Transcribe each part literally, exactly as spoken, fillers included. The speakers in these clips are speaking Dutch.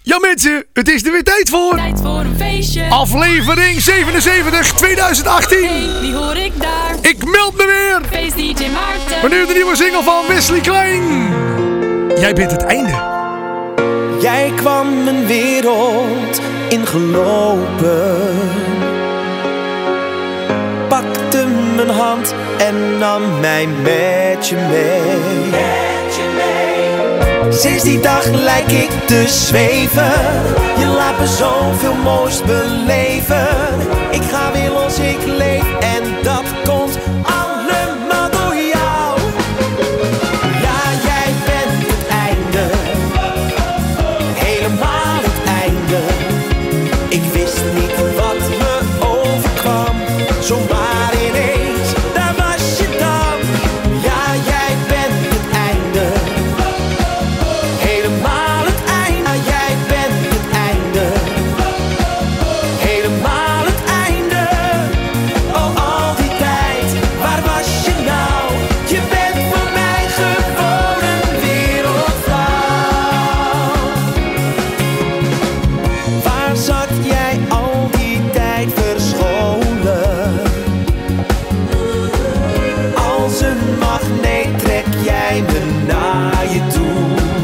Ja mensen, het is er weer tijd voor. Tijd voor een feestje. Aflevering zevenenzeventig tweeduizend achttien. Hey, wie hoor ik daar? Ik meld me weer. Feest D J Maarten. Maar nu de nieuwe single van Wesley Klein. Jij bent het einde. Jij kwam mijn wereld ingelopen, pakte mijn hand en nam mij met je mee. Met je mee. Sinds die dag lijk ik te zweven. Je laat me zoveel moois beleven. Ik ga weer los, ik leef en dat komt allemaal door jou. Ja, jij bent het einde, helemaal het einde. Ik wist niet wat me overkwam, zomaar ineens, daar was je dan. Ja, jij bent het einde, helemaal het einde. Ja, jij bent het einde, helemaal het einde. Oh, al die tijd, waar was je nou? Je bent voor mij gewoon een wereldvrouw. Waar zat jij al die tijd verscholen? Als een magneet trek jij me naar je toe.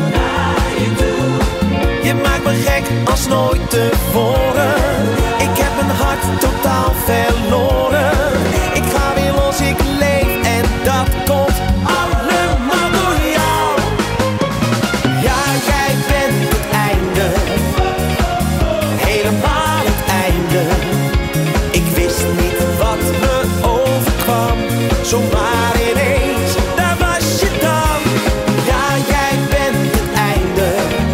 Je maakt me gek als nooit tevoren. Ik heb mijn hart totaal verloren. Ik ga weer los, ik leef en dat komt allemaal door jou. Ja, jij bent het einde, helemaal het einde. Ik wist niet wat me overkwam, zomaar ineens, daar was je dan. Ja, jij bent het einde,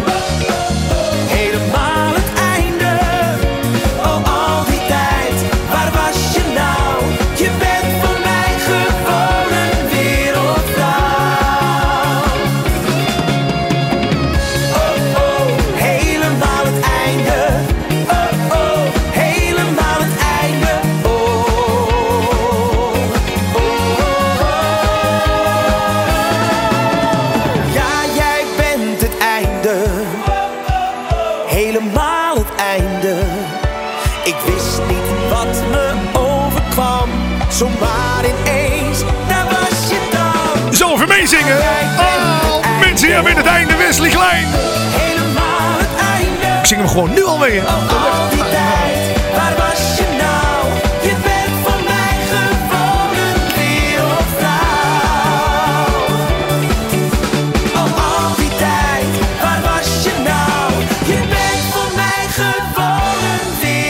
helemaal het einde. Oh, al die tijd, waar was je nou? Je bent voor mij gewoon een wereldvrouw. Oh, oh, helemaal het einde. Oh, oh, helemaal het einde. Oh, oh, oh. Ja, jij bent het einde, helemaal het einde. Ik wist niet wat me overkwam, zomaar ineens, daar was je dan. Zo even meezingen. Oh, mensen, jij bent het einde, Wesley Klein. Helemaal het einde. Ik zing hem gewoon nu al mee. Oh, al die tijd, waar was je nou? Je bent voor mij gewoon een wereldvrouw. Oh, al die tijd, waar was je nou? Je bent voor mij gewoon een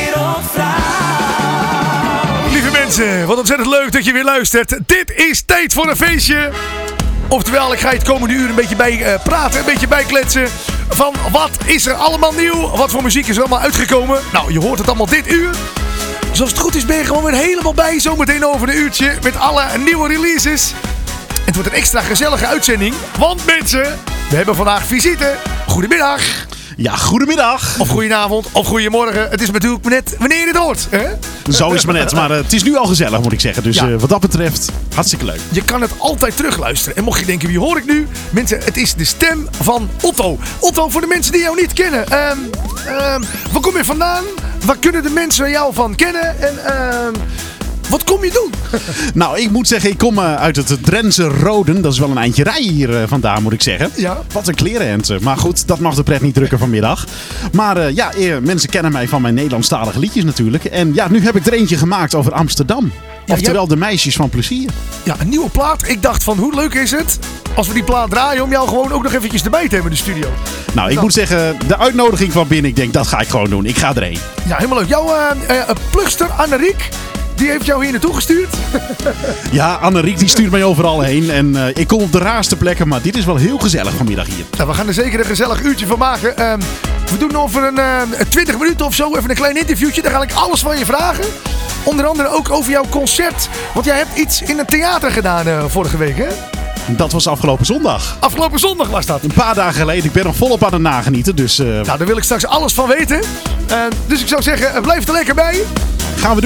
wereldvrouw. Lieve mensen, wat ontzettend leuk dat je weer luistert. Dit is tijd voor een feestje. Oftewel, ik ga je het komende uur een beetje bij uh, praten, een beetje bijkletsen. Van wat is er allemaal nieuw? Wat voor muziek is er allemaal uitgekomen? Nou, je hoort het allemaal dit uur. Zoals het goed is ben je gewoon weer helemaal bij. Zometeen over een uurtje met alle nieuwe releases. Het wordt een extra gezellige uitzending. Want mensen, we hebben vandaag visite. Goedemiddag. Ja, goedemiddag. Of goedenavond, of goedemorgen. Het is natuurlijk net wanneer je het hoort. Hè? Zo is het maar net. Maar uh, het is nu al gezellig, moet ik zeggen. Dus Ja. uh, wat dat betreft, hartstikke leuk. Je kan het altijd terugluisteren. En mocht je denken, wie hoor ik nu? Mensen, het is de stem van Otto. Otto, voor de mensen die jou niet kennen. Um, um, waar kom je vandaan? Waar kunnen de mensen jou van kennen? En um, wat kom je doen? Nou, ik moet zeggen, ik kom uh, uit het Drentse Roden. Dat is wel een eindje rijden hier uh, vandaan, moet ik zeggen. Ja. Wat een klerenhemd. uh, Maar goed, dat mag de pret niet drukken vanmiddag. Maar uh, ja, uh, mensen kennen mij van mijn Nederlandstalige liedjes natuurlijk. En ja, nu heb ik er eentje gemaakt over Amsterdam. Ja, Oftewel jij- de meisjes van plezier. Ja, een nieuwe plaat. Ik dacht van, hoe leuk is het als we die plaat draaien om jou gewoon ook nog eventjes erbij te hebben in de studio. Nou, ik Nou. moet zeggen, de uitnodiging van binnen, ik denk, dat ga ik gewoon doen. Ik ga erheen. Ja, helemaal leuk. Jouw uh, uh, plugster Anneriek, die heeft jou hier naartoe gestuurd. Ja, Anneriek die stuurt mij overal heen. En uh, ik kom op de raarste plekken, maar dit is wel heel gezellig vanmiddag hier. Nou, we gaan er zeker een gezellig uurtje van maken. Um, we doen over een uh, twintig minuten of zo even een klein interviewtje. Daar ga ik alles van je vragen. Onder andere ook over jouw concert. Want jij hebt iets in een theater gedaan uh, vorige week, hè? Dat was afgelopen zondag. Afgelopen zondag was dat. Een paar dagen geleden. Ik ben nog volop aan het nagenieten. Dus uh, Nou, daar wil ik straks alles van weten. Uh, dus ik zou zeggen, uh, blijf er lekker bij. gaan we doen.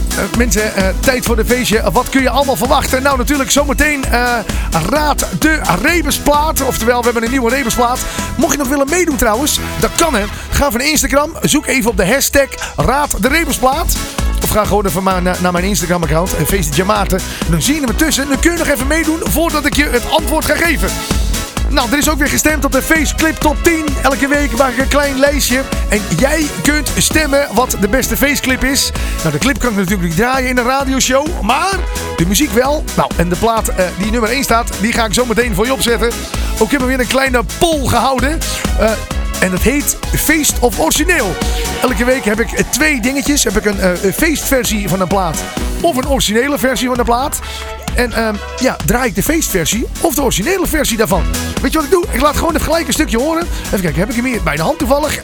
Uh, mensen, uh, tijd voor de feestje. Wat kun je allemaal verwachten? Nou, natuurlijk zometeen uh, Raad de Rebusplaat. Oftewel, we hebben een nieuwe Rebusplaat. Mocht je nog willen meedoen trouwens, dat kan hè. Ga even naar Instagram. Zoek even op de hashtag Raad de Rebusplaat. Of ga gewoon even maar naar, naar mijn Instagram account. Feestje Jamaarten. Dan zie je hem ertussen. Dan kun je nog even meedoen voordat ik je het antwoord ga geven. Nou, er is ook weer gestemd op de Faceclip Top tien. Elke week maak ik een klein lijstje. En jij kunt stemmen wat de beste Faceclip is. Nou, de clip kan ik natuurlijk niet draaien in een radioshow. Maar de muziek wel. Nou, en de plaat uh, die nummer één staat, die ga ik zo meteen voor je opzetten. Ook hebben we weer een kleine poll gehouden. Uh, En dat heet Feest of Origineel. Elke week heb ik twee dingetjes. Heb ik een, uh, een feestversie van een plaat. Of een originele versie van een plaat. En uh, ja, draai ik de feestversie of de originele versie daarvan. Weet je wat ik doe? Ik laat gewoon even gelijk een stukje horen. Even kijken, heb ik hem hier bij de hand toevallig?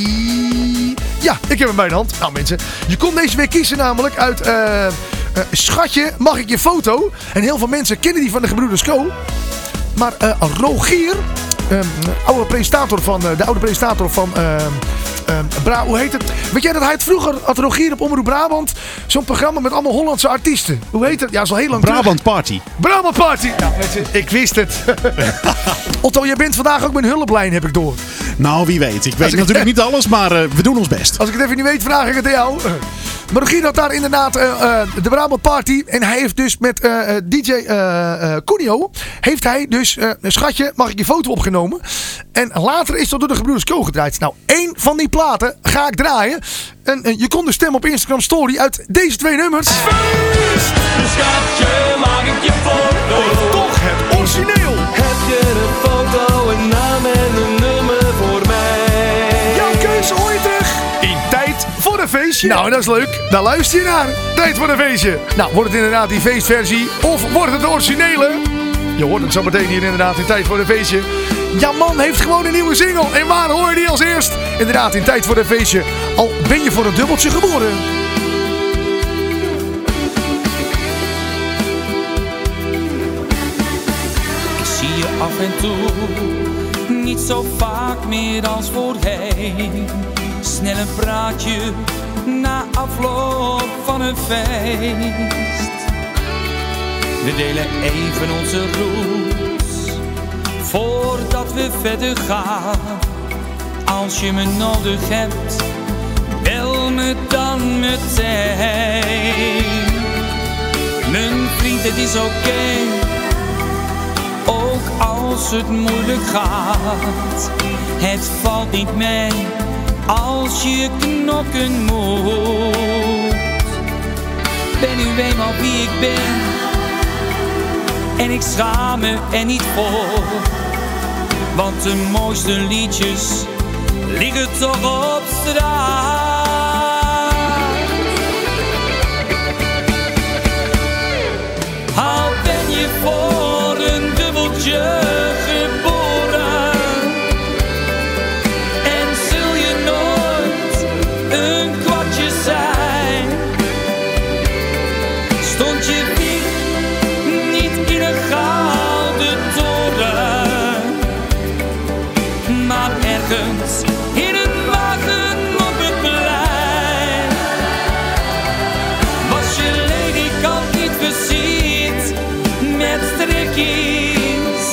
Eee, ja, ik heb hem bij de hand. Nou mensen, je kon deze week kiezen namelijk uit... Uh, uh, Schatje, mag ik je foto? En heel veel mensen kennen die van de Gebroeders Co. Maar uh, Rogier... Um, oude presentator van, uh, de oude presentator van uh, uh, Bra, hoe heet het? Weet jij dat hij het vroeger had, Rogier op Omroep Brabant? Zo'n programma met allemaal Hollandse artiesten. Hoe heet het? Ja, zo heel lang Brabant terug. Party. Brabant Party. Ja, ik wist het. Otto, jij bent vandaag ook met een hulplijn, heb ik door. Nou, wie weet. Ik weet ik, natuurlijk niet alles, maar uh, we doen ons best. Als ik het even niet weet, vraag ik het aan jou. Maar Rogier had daar inderdaad uh, uh, de Brabant Party. En hij heeft dus met uh, D J uh, uh, Cunio, heeft hij dus, uh, Schatje, mag ik je foto opgenomen. En later is dat door de Gebroeders Co gedraaid. Nou, één van die platen ga ik draaien. En uh, je kon dus stemmen op Instagram Story uit deze twee nummers. Feest, Schatje, mag ik je foto? Toch het origineel. Heb je een foto, een naam en een nummer voor mij? Jouw keuze hoor je terug in Tijd voor een Feestje. Nou, en dat is leuk. Daar luister je naar. Tijd voor een Feestje. Nou, wordt het inderdaad die feestversie of wordt het de originele? Je hoort het zo meteen hier inderdaad in Tijd voor een Feestje. Ja, man heeft gewoon een nieuwe single. En waar hoor je die als eerst? Inderdaad, in Tijd voor een Feestje. Al ben je voor een dubbeltje geboren. Ik zie je af en toe, niet zo vaak meer als voorheen. Snel een praatje na afloop van een feest. We delen even onze route voordat we verder gaan. Als je me nodig hebt, bel me dan meteen. Mijn vriend, het is oké, okay, ook als het moeilijk gaat. Het valt niet mee als je knokken moet. Ben nu eenmaal wie ik ben en ik schaam me er niet voor. Want de mooiste liedjes liggen toch op straat. Al ben je voor een dubbeltje geboren en zul je nooit een kwartje zijn, stond je wieg niet in een gouden toren, maar ergens in een wagen op het plein. Was je ledikant niet versierd met strikjes,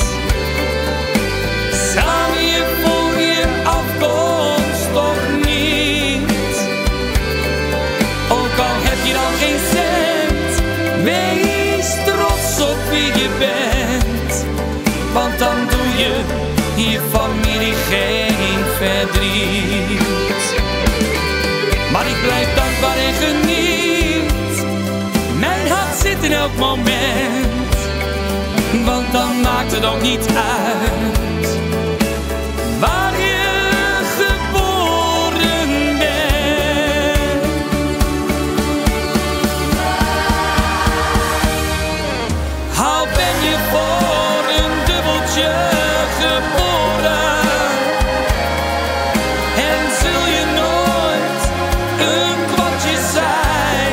zou je voor je afkomst toch niet. Ook al heb je dan geen cent, wees trots op wie je bent, want dan doe je je familie geen verdriet. Maar ik blijf dankbaar en geniet, mijn hart zit in elk moment, want dan maakt het ook niet uit waar je geboren bent. Al ben je voor een dubbeltje geboren en zul je nooit een kwartje zijn,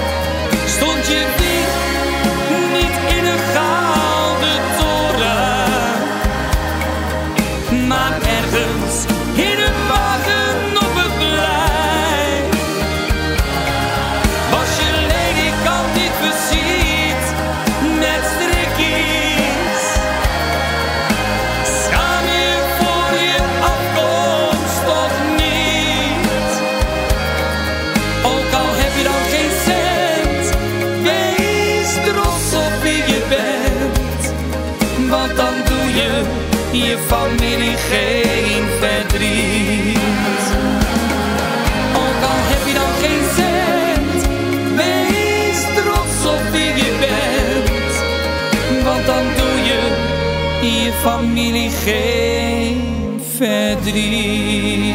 stond je wieg niet in een gouden toren, geen verdriet. Ook al heb je dan geen cent, wees trots op wie je bent. Want dan doe je je familie geen verdriet.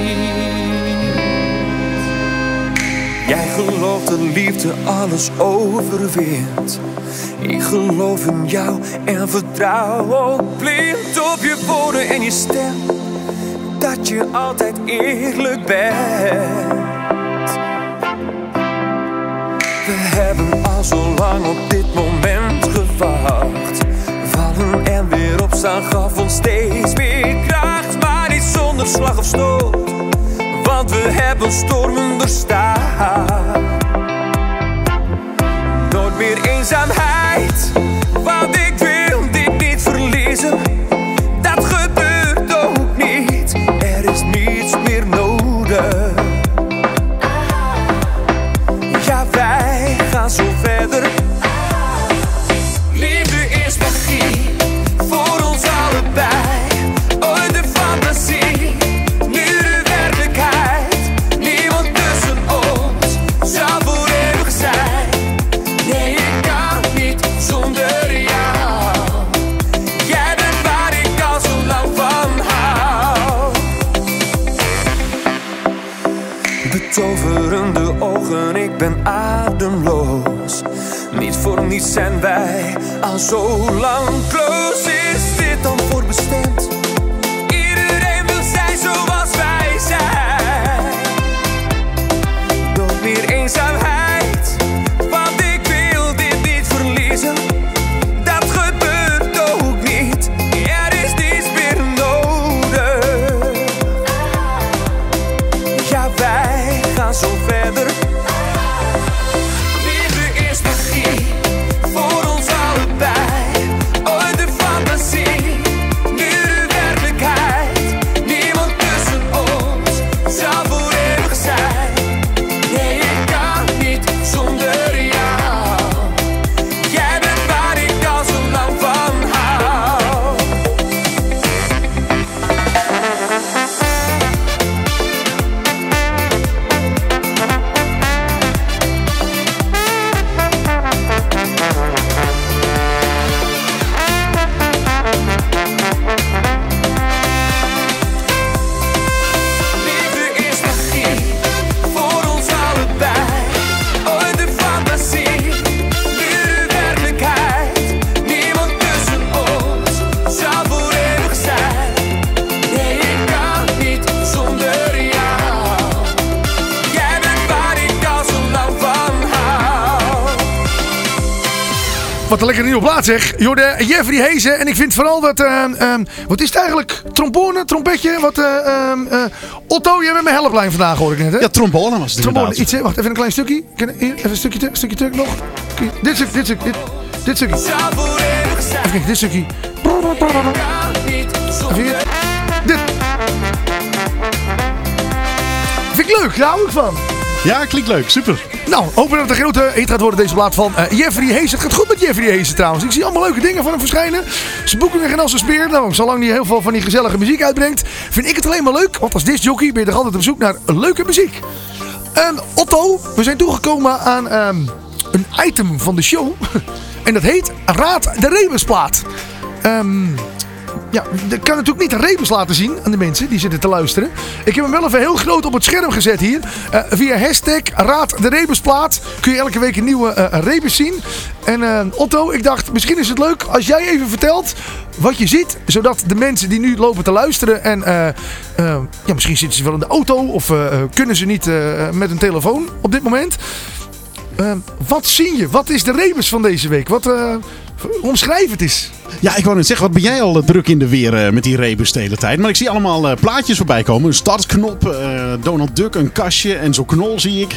Jij gelooft dat liefde alles overwint. Ik geloof in jou en vertrouw ook blind op je woorden en je stem. Dat je altijd eerlijk bent. We hebben al zo lang op dit moment gewacht. Vallen en weer opstaan gaf ons steeds meer kracht. Maar niet zonder slag of stoot, want we hebben stormen doorstaan. Nooit meer eenzaamheid, want ik wil dit niet verliezen. Dat gebeurt ook niet, er is niets meer nodig. Ja, wij gaan zo verder. Liefde is magie, voor ons allebei. Ooit de fantasie, nu de werkelijkheid. Niemand tussen ons zal voor eeuwig zijn. Nee, ik kan niet zonder jou. Jij bent waar ik al zo lang van hou. Betoverende ogen, ik ben ademloos. Niet voor niets zijn wij al zo lang close. Is dit dan voorbestemd? Iedereen wil zijn zoals wij zijn. Nooit meer eenzaamheid, want ik wil dit niet verliezen. Dat gebeurt ook niet, er is niets meer nodig. Ja, wij gaan zo verder. Liefde is magie, voor ons allebei. Ooit de fantasie, nu de werkelijkheid. Niemand tussen ons zal voor eeuwig zijn. Nee, ik kan niet zonder jou. Jij bent waar ik al zo lang van hou. Liefde is magie, voor ons allebei. Ooit de fantasie, nu de werkelijkheid. Niemand tussen ons zal voor eeuwig zijn. Nee, ik kan niet zonder jou. Jij bent waar ik al zo lang van hou. Wat een lekkere nieuwe plaat zeg. Je hoorde Jeffrey Hezen. En ik vind vooral dat... Uh, um, wat is het eigenlijk? Trombone? Trompetje? Wat, uh, um, uh, Otto, jij bent mijn helplijn vandaag hoor ik net hè? Ja, trombone was het Trombone, inderdaad. iets hè? Wacht, even een klein stukje. Ken- Hier, even een stukje terug, stukje terug nog. Oké, dit stuk, dit stuk, dit, dit stukje. Zal voor eeuwig zijn. Even kijken, dit stukje. Kan niet Even zonder hier. Dit. Vind ik leuk, daar hou ik van. Ja, klinkt leuk. Super. Nou, hopen dat het een grote hit gaat worden deze plaat van uh, Jeffrey Hezen. Het gaat goed met Jeffrey Hezen trouwens. Ik zie allemaal leuke dingen van hem verschijnen. Zijn boeken gaan als een speer. Nou, zolang hij heel veel van die gezellige muziek uitbrengt, vind ik het alleen maar leuk. Want als discjockey ben je toch altijd op zoek naar leuke muziek. Um, Otto, we zijn toegekomen aan um, een item van de show. En dat heet Raad de Rebusplaat. Um, Ja, ik kan natuurlijk niet de rebus laten zien aan de mensen die zitten te luisteren. Ik heb hem wel even heel groot op het scherm gezet hier. Uh, via hashtag Raad de Rebusplaat kun je elke week een nieuwe uh, rebus zien. En uh, Otto, ik dacht misschien is het leuk als jij even vertelt wat je ziet. Zodat de mensen die nu lopen te luisteren en uh, uh, ja, misschien zitten ze wel in de auto of uh, kunnen ze niet uh, met een telefoon op dit moment. Uh, wat zie je? Wat is de rebus van deze week? Wat, uh, omschrijf het eens. Ja, ik wou net zeggen, wat ben jij al uh, druk in de weer uh, met die rebus de hele tijd. Maar ik zie allemaal uh, plaatjes voorbij komen. Een startknop, uh, Donald Duck, een kastje en zo'n knol zie ik.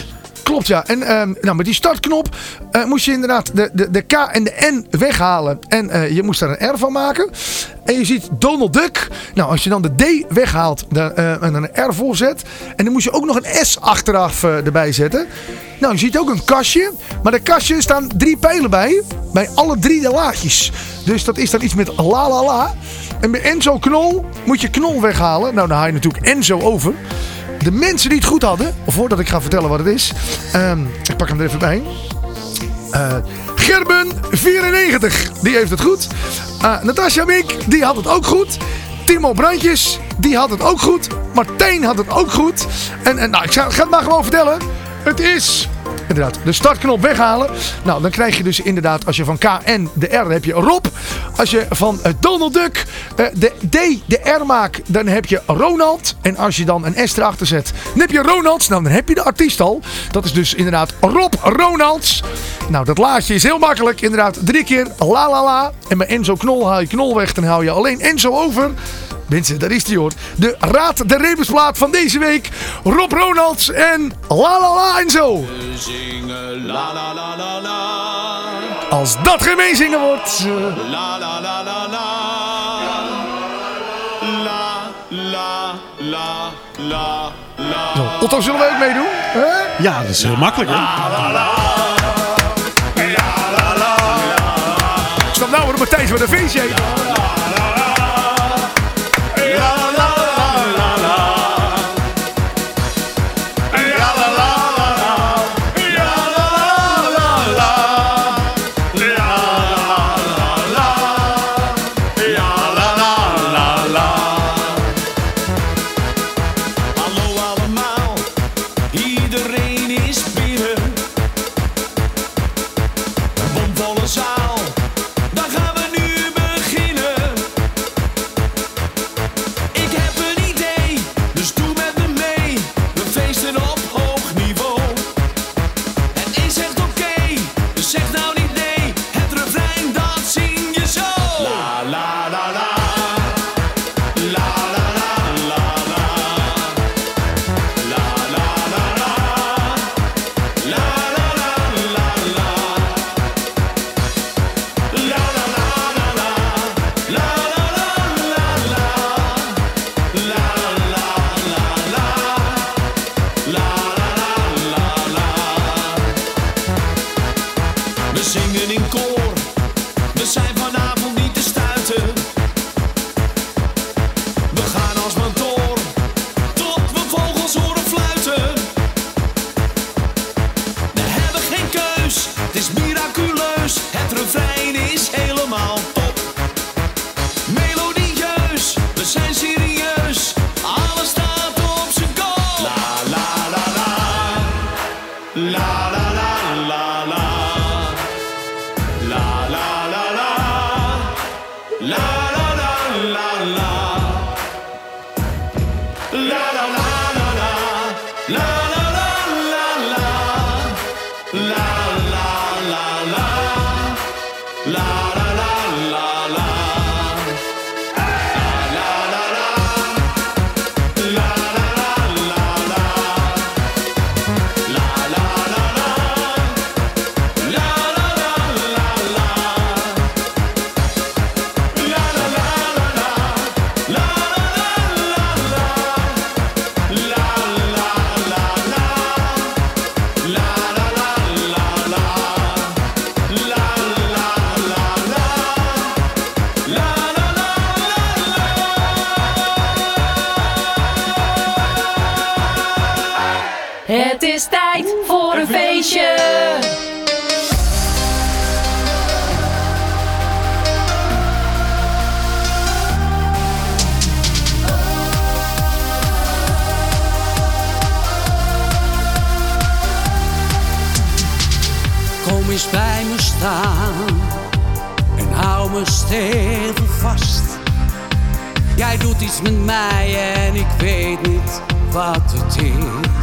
klopt ja. En um, nou, met die startknop uh, moest je inderdaad de, de, de K en de N weghalen. En uh, je moest daar een R van maken. En je ziet Donald Duck. Nou, als je dan de D weghaalt de, uh, en dan een R voorzet. En dan moest je ook nog een S achteraf uh, erbij zetten. Nou, je ziet ook een kastje. Maar de kastje staan drie pijlen bij. Bij alle drie de laagjes. Dus dat is dan iets met la la la. En bij Enzo Knol moet je Knol weghalen. Nou, dan haal je natuurlijk Enzo over. De mensen die het goed hadden, voordat ik ga vertellen wat het is. Um, ik pak hem er even bij. Uh, Gerben vierennegentig, die heeft het goed. Uh, Natasja Mink, die had het ook goed. Timo Brandjes, die had het ook goed. Martijn had het ook goed. En, en nou, ik ga, ga het maar gewoon vertellen. Het is... Inderdaad, de startknop weghalen. Nou, dan krijg je dus inderdaad, als je van K N de R heb je Rob. Als je van uh, Donald Duck uh, de D de R maakt, dan heb je Ronald. En als je dan een S erachter zet, dan heb je Ronalds. Nou, dan heb je de artiest al. Dat is dus inderdaad Rob Ronalds. Nou, dat laatje is heel makkelijk. Inderdaad, drie keer la la la. En bij Enzo Knol haal je Knol weg, dan hou je alleen Enzo over. Mensen, daar is die hoor. De Raad de Rebusplaat van deze week. Rob Ronalds en la la la en zo. We zingen la la la la la. Als dat geen meezingen wordt. Uh... La la la la la. La la la la la. Zo, Otto, zullen we ook meedoen? Huh? Ja, dat is heel makkelijk hè. La la la. La la la. Ik snap nou weer op mijn tijd met een feestje. Het is tijd voor een feestje. Kom eens bij me staan en hou me stevig vast. Jij doet iets met mij en ik weet niet wat het is.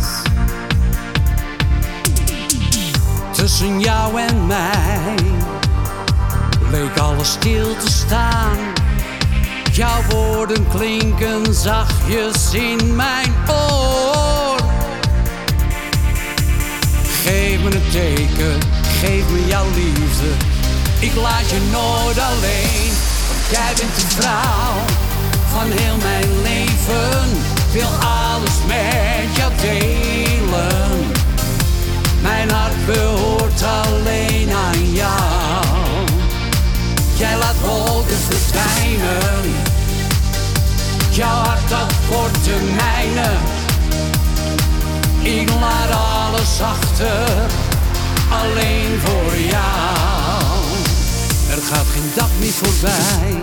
Tussen jou en mij leek alles stil te staan. Jouw woorden klinken zachtjes in mijn oor. Ik laat je nooit alleen. Jij bent de vrouw van heel mijn leven. Wil alles met jou delen. Mijn hart behoort alleen aan jou. Jij laat wolken verdwijnen. Jouw hart dat wordt de mijne. Ik laat alles achter, alleen voor jou. Er gaat geen dag meer voorbij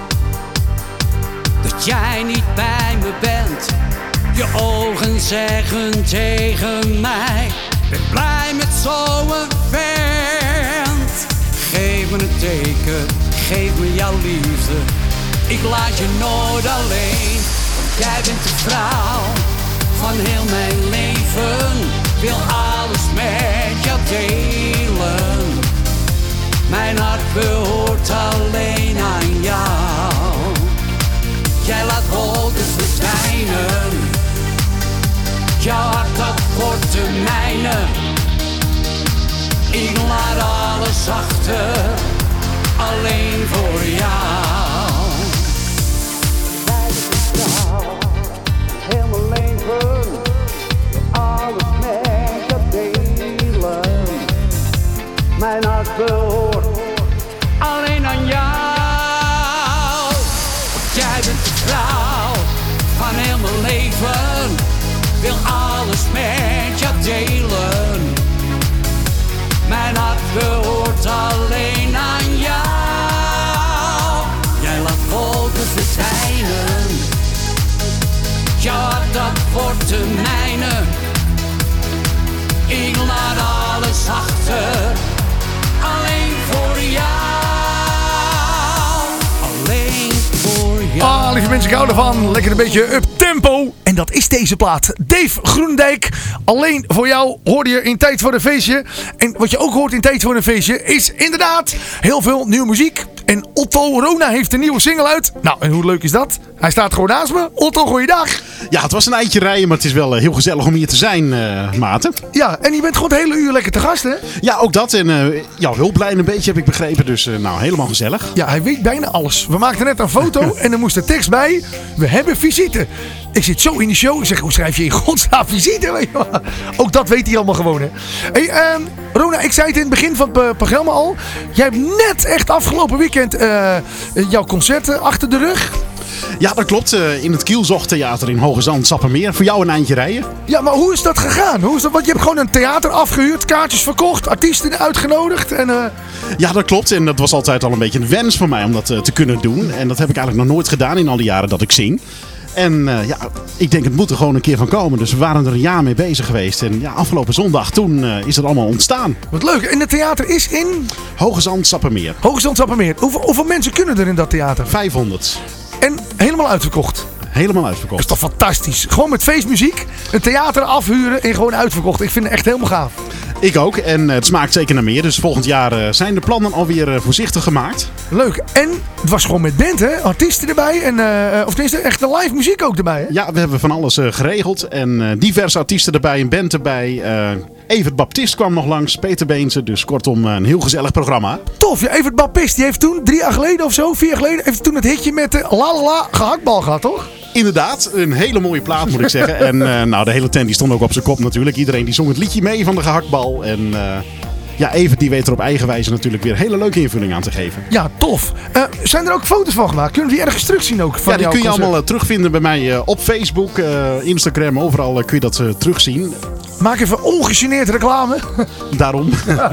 dat jij niet bij me bent. Je ogen zeggen tegen mij: ben blij met zo'n vent. Geef me een teken, geef me jouw liefde. Ik laat je nooit alleen. Jij bent de vrouw van heel mijn leven. Wil alles met jou delen. Mijn hart behoort alleen aan jou. Jij laat wolken verdwijnen. Jouw hart dat wordt de mijne. Ik laat alles achter, alleen voor jou. Jij bent de vrouw, heel mijn leven. Alles met jou delen. Mijn hart behoort alleen aan jou. Jij bent de vrouw van heel mijn leven. Wil alles met jou delen. Mijn hart behoort alleen aan jou. Jij laat wolken verdwijnen. Jouw hart dat wordt de mijne. Ik laat alles achter, alleen voor jou. Alleen voor jou. Ah, lieve mensen, ik hou ervan. Lekker een beetje up-tempo. En dat is deze plaat. Dave Groenendijk. Alleen voor jou hoorde je in Tijd voor een Feestje. En wat je ook hoort in Tijd voor een Feestje is inderdaad heel veel nieuwe muziek. En Otto Rona heeft een nieuwe single uit. Nou, en hoe leuk is dat? Hij staat gewoon naast me. Otto, goeiedag. Ja, het was een eindje rijden, maar het is wel heel gezellig om hier te zijn, uh, Maarten. Ja, en je bent gewoon het hele uur lekker te gast, hè? Ja, ook dat. En uh, jouw hulplijn een beetje, heb ik begrepen. Dus uh, nou, helemaal gezellig. Ja, hij weet bijna alles. We maakten net een foto en er moest de tekst bij. We hebben visite. Ik zit zo in de show. Ik zeg, hoe schrijf je in godsnaam visite? Weet je wel? Ook dat weet hij allemaal gewoon, hè? Hey, um, Rona, ik zei het in het begin van het programma al. Jij hebt net echt afgelopen weekend uh, jouw concert uh, achter de rug. Ja, dat klopt. Uh, in het Kielzog-theater in Hoge Zand, Sappemeer. Voor jou een eindje rijden. Ja, maar hoe is dat gegaan? Hoe is dat? Want je hebt gewoon een theater afgehuurd, kaartjes verkocht, artiesten uitgenodigd. En, uh... Ja, dat klopt. En dat was altijd al een beetje een wens van mij om dat uh, te kunnen doen. En dat heb ik eigenlijk nog nooit gedaan in al die jaren dat ik zing. En uh, ja, ik denk het moet er gewoon een keer van komen. Dus we waren er een jaar mee bezig geweest. En ja, afgelopen zondag, toen uh, is het allemaal ontstaan. Wat leuk. En het theater is in? Hoge Zand, Sappemeer. Hoge Zand, Sappemeer. Hoeveel, hoeveel mensen kunnen er in dat theater? vijfhonderd. En helemaal uitverkocht? Helemaal uitverkocht. Dat is toch fantastisch. Gewoon met feestmuziek, een theater afhuren en gewoon uitverkocht. Ik vind het echt helemaal gaaf. Ik ook. En uh, het smaakt zeker naar meer. Dus volgend jaar uh, zijn de plannen alweer uh, voorzichtig gemaakt. Leuk. En het was gewoon met band, hè? Artiesten erbij. En, uh, of tenminste, echt de live muziek ook erbij, hè? Ja, we hebben van alles uh, geregeld. En uh, diverse artiesten erbij, een band erbij. Uh, Evert Baptist kwam nog langs, Peter Beense. Dus kortom, uh, een heel gezellig programma. Tof. Ja, Evert Baptist, die heeft toen, drie jaar geleden of zo, vier jaar geleden, heeft toen het hitje met de La La La gehaktbal gehad, toch? Inderdaad, een hele mooie plaat moet ik zeggen. En uh, nou, de hele tent die stond ook op zijn kop natuurlijk. Iedereen die zong het liedje mee van de gehaktbal. En uh, ja, Evert die weet er op eigen wijze natuurlijk weer hele leuke invulling aan te geven. Ja, tof. Uh, zijn er ook foto's van gemaakt? Kunnen we die ergens terugzien ook? Van ja, die kun je concert? allemaal uh, terugvinden bij mij uh, op Facebook, uh, Instagram. Overal uh, kun je dat uh, terugzien. Maak even ongegeneerd reclame. Daarom.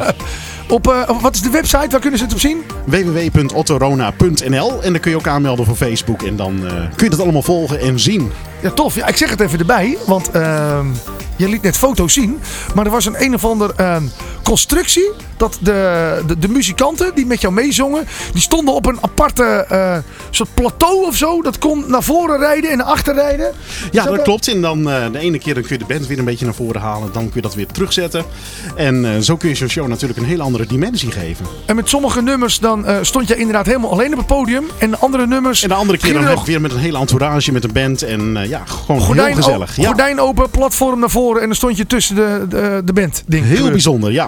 Op, uh, wat is de website? Waar kunnen ze het op zien? w w w punt ottorona punt n l. En dan kun je ook aanmelden voor Facebook. En dan uh, kun je dat allemaal volgen en zien. Ja, tof. Ja, ik zeg het even erbij. Want uh, je liet net foto's zien. Maar er was een een of ander uh, constructie. Dat de, de, de muzikanten die met jou meezongen. Die stonden op een aparte uh, soort plateau of zo. Dat kon naar voren rijden en naar achter rijden. Ja, dat, dat klopt. En dan uh, de ene keer dan kun je de band weer een beetje naar voren halen. Dan kun je dat weer terugzetten. En uh, zo kun je zo'n show natuurlijk een hele andere dimensie geven. En met sommige nummers dan uh, stond je inderdaad helemaal alleen op het podium. En de andere nummers... En de andere keer dan nog... heb ik weer met een hele entourage met een band. En uh, ja, gewoon gordijn heel gezellig. O- ja. Gordijn open, platform naar voren. En dan stond je tussen de, de, de band. Ding Heel gebeurd. bijzonder, ja.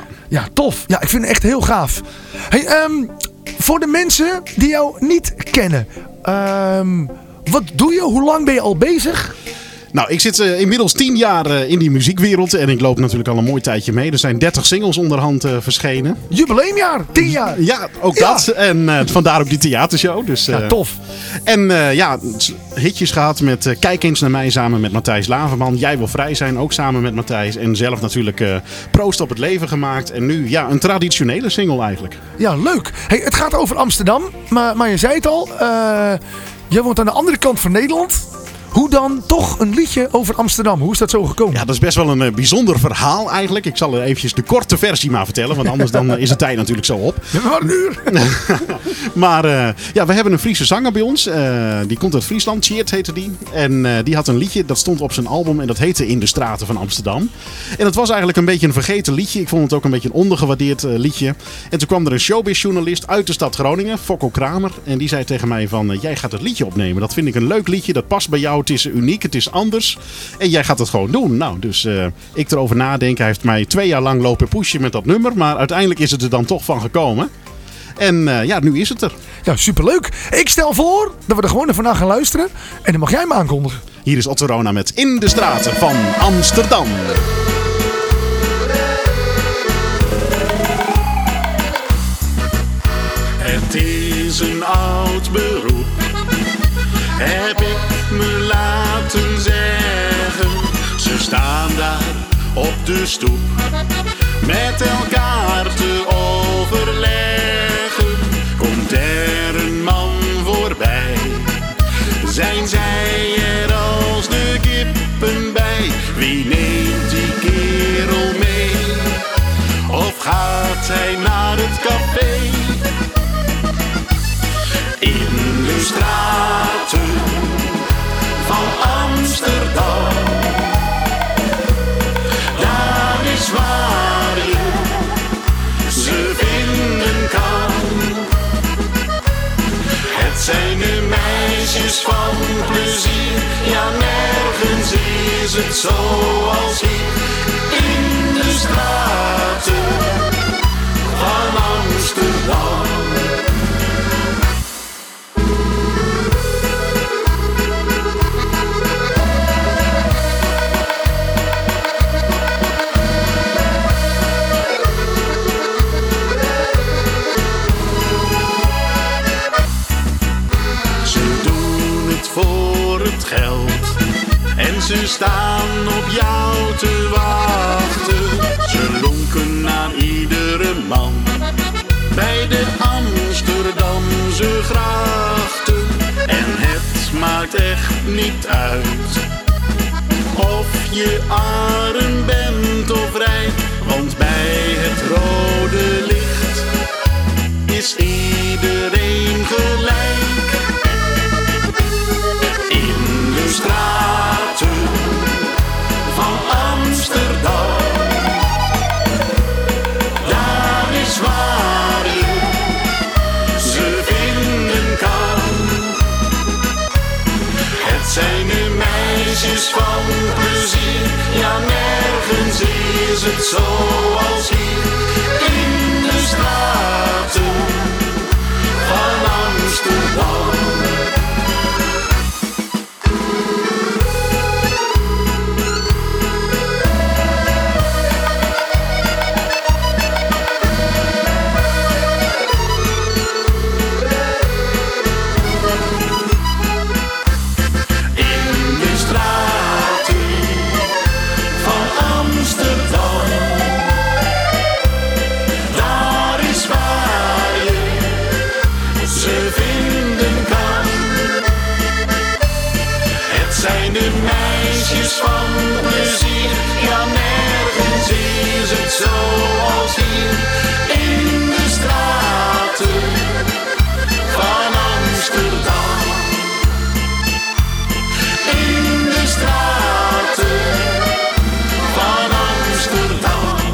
Ja, tof. Ja, ik vind het echt heel gaaf. Hey, um, voor de mensen die jou niet kennen. Um, wat doe je? Hoe lang ben je al bezig? Nou, ik zit uh, inmiddels tien jaar uh, in die muziekwereld en ik loop natuurlijk al een mooi tijdje mee. Er zijn dertig singles onderhand uh, verschenen. Jubileumjaar, tien jaar. Ja, ook ja. dat. En uh, vandaar ook die theatershow. Dus, uh, ja, tof. En uh, ja, hitjes gehad met uh, Kijk eens naar mij samen met Matthijs Laverman. Jij wil vrij zijn, ook samen met Matthijs. En zelf natuurlijk uh, Proost op het leven gemaakt. En nu ja, een traditionele single eigenlijk. Ja, leuk. Hey, het gaat over Amsterdam, maar, maar je zei het al. Uh, jij woont aan de andere kant van Nederland. Hoe dan toch een liedje over Amsterdam? Hoe is dat zo gekomen? Ja, dat is best wel een uh, bijzonder verhaal eigenlijk. Ik zal eventjes de korte versie maar vertellen. Want anders dan uh, is de tijd natuurlijk zo op. Ja, maar een uur. maar uh, ja, we hebben een Friese zanger bij ons. Uh, die komt uit Friesland. Tjeerd heette die. En uh, die had een liedje. Dat stond op zijn album. En dat heette In de straten van Amsterdam. En dat was eigenlijk een beetje een vergeten liedje. Ik vond het ook een beetje een ondergewaardeerd uh, liedje. En toen kwam er een showbizjournalist uit de stad Groningen. Fokko Kramer. En die zei tegen mij van... Uh, jij gaat het liedje opnemen. Dat vind ik een leuk liedje. Dat past bij jou. Het is uniek, het is anders. En jij gaat het gewoon doen. Nou, dus uh, ik erover nadenken. Hij heeft mij twee jaar lang lopen pushen met dat nummer. Maar uiteindelijk is het er dan toch van gekomen. En uh, ja, nu is het er. Ja, superleuk. Ik stel voor dat we er gewoon even naar gaan luisteren. En dan mag jij me aankondigen. Hier is Otto Rona met In de straten van Amsterdam. Het is een oud beroep. Heb ik me laten zeggen. Ze staan daar op de stoep met elkaar te overleggen. Komt er een man voorbij, zijn zij er als de kippen bij. Wie neemt die kerel mee? Of gaat hij naar het café? In de straten van Amsterdam, daar is waar je ze vinden kan. Het zijn de meisjes van plezier, ja nergens is het zoals hier. In de straten van Amsterdam. Voor het geld en ze staan op jou te wachten. Ze lonken naar iedere man bij de Amsterdamse grachten. En het maakt echt niet uit of je arm bent of rijk, want bij het rode licht is iedereen gelijk. In de straten van Amsterdam, daar is waar je ze vinden kan. Het zijn de meisjes van plezier, ja nergens is het zoals hier. In de straten van Amsterdam. Van plezier, ja nergens is het zoals hier. In de straten van Amsterdam. In de straten van Amsterdam.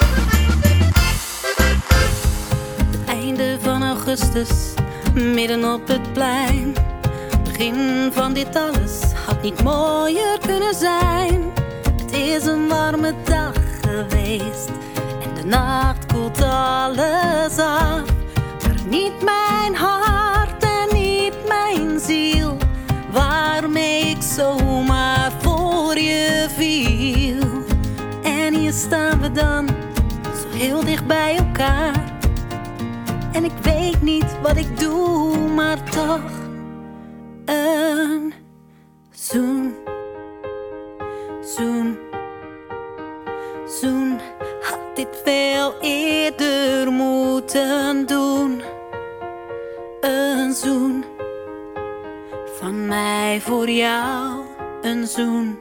Einde van augustus, midden op het plein. Begin van dit alles had niet mooier kunnen zijn. Het is een warme dag geweest en de nacht koelt alles af. Maar niet mijn hart en niet mijn ziel, waarmee ik zomaar voor je viel. En hier staan we dan, zo heel dicht bij elkaar. En ik weet niet wat ik doe, maar toch een zoen. Zoen. Zoen. Had dit veel eerder moeten doen. Een zoen. Van mij voor jou, een zoen.